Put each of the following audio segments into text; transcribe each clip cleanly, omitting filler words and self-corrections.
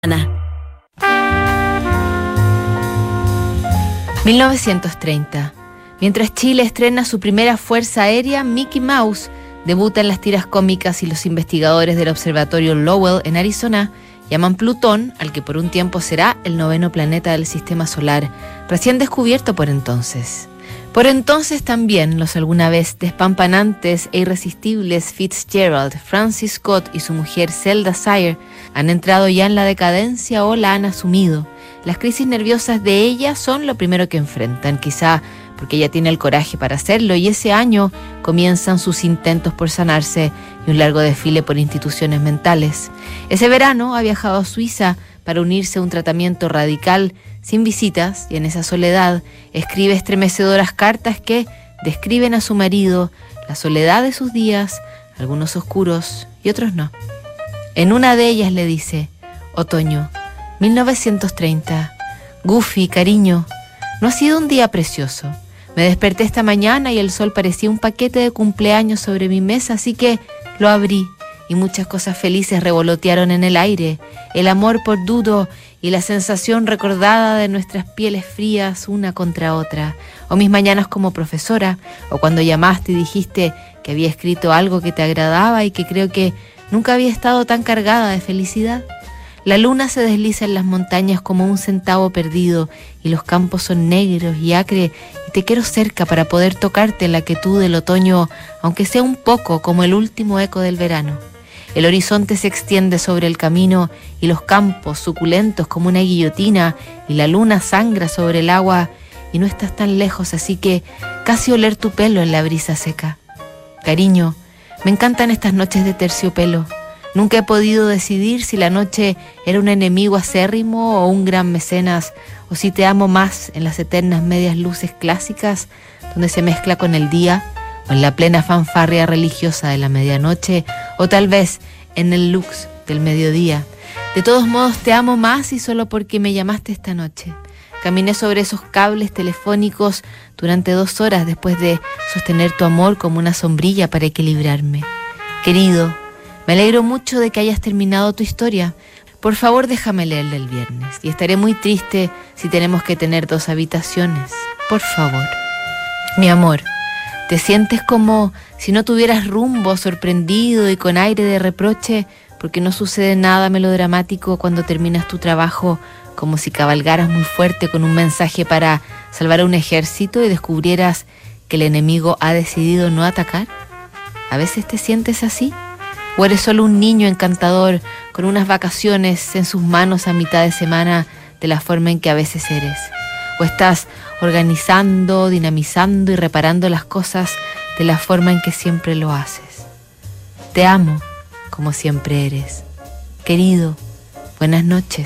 Ana. 1930. Mientras Chile estrena su primera fuerza aérea, Mickey Mouse debuta en las tiras cómicas y los investigadores del observatorio Lowell en Arizona llaman Plutón, al que por un tiempo será el 9º planeta del sistema solar, recién descubierto por entonces. Por entonces también los alguna vez despampanantes e irresistibles Fitzgerald, Francis Scott y su mujer Zelda Sire han entrado ya en la decadencia o la han asumido. Las crisis nerviosas de ella son lo primero que enfrentan, quizá porque ella tiene el coraje para hacerlo, y ese año comienzan sus intentos por sanarse y un largo desfile por instituciones mentales. Ese verano ha viajado a Suiza para unirse a un tratamiento radical sin visitas, y en esa soledad escribe estremecedoras cartas que describen a su marido la soledad de sus días, algunos oscuros y otros no. En una de ellas le dice: otoño, 1930, Goofy, cariño, no ha sido un día precioso. Me desperté esta mañana y el sol parecía un paquete de cumpleaños sobre mi mesa, así que lo abrí y muchas cosas felices revolotearon en el aire. El amor por Dudo y la sensación recordada de nuestras pieles frías una contra otra, o mis mañanas como profesora, o cuando llamaste y dijiste que había escrito algo que te agradaba y que creo que nunca había estado tan cargada de felicidad. La luna se desliza en las montañas como un centavo perdido y los campos son negros y acres y te quiero cerca para poder tocarte en la quietud del otoño, aunque sea un poco como el último eco del verano. El horizonte se extiende sobre el camino y los campos suculentos como una guillotina y la luna sangra sobre el agua y no estás tan lejos, así que casi oler tu pelo en la brisa seca. Cariño, me encantan estas noches de terciopelo. Nunca he podido decidir si la noche era un enemigo acérrimo o un gran mecenas, o si te amo más en las eternas medias luces clásicas, donde se mezcla con el día, o en la plena fanfarria religiosa de la medianoche, o tal vez en el lux del mediodía. De todos modos te amo más y solo porque me llamaste esta noche. Caminé sobre esos cables telefónicos durante 2 horas después de sostener tu amor como una sombrilla para equilibrarme. Querido, me alegro mucho de que hayas terminado tu historia. Por favor, déjame leerla el viernes. Y estaré muy triste si tenemos que tener 2 habitaciones. Por favor. Mi amor, ¿te sientes como si no tuvieras rumbo, sorprendido y con aire de reproche porque no sucede nada melodramático cuando terminas tu trabajo, como si cabalgaras muy fuerte con un mensaje para salvar a un ejército y descubrieras que el enemigo ha decidido no atacar? ¿A veces te sientes así? ¿O eres solo un niño encantador con unas vacaciones en sus manos a mitad de semana de la forma en que a veces eres? ¿O estás organizando, dinamizando y reparando las cosas de la forma en que siempre lo haces? Te amo como siempre eres. Querido, buenas noches.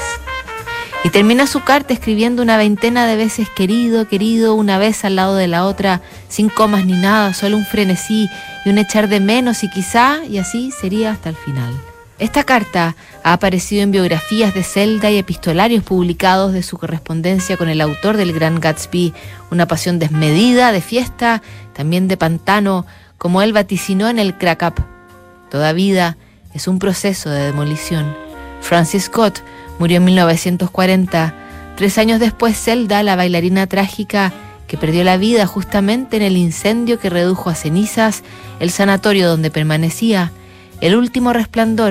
Y termina su carta escribiendo una 20 de veces querido, querido, una vez al lado de la otra, sin comas ni nada, solo un frenesí y un echar de menos y quizá, y así sería hasta el final. Esta carta ha aparecido en biografías de Zelda y epistolarios publicados de su correspondencia con el autor del Gran Gatsby, una pasión desmedida, de fiesta, también de pantano, como él vaticinó en el Crack-Up. Toda vida es un proceso de demolición. Francis Scott murió en 1940. 3 años después, Zelda, la bailarina trágica que perdió la vida justamente en el incendio que redujo a cenizas el sanatorio donde permanecía, el último resplandor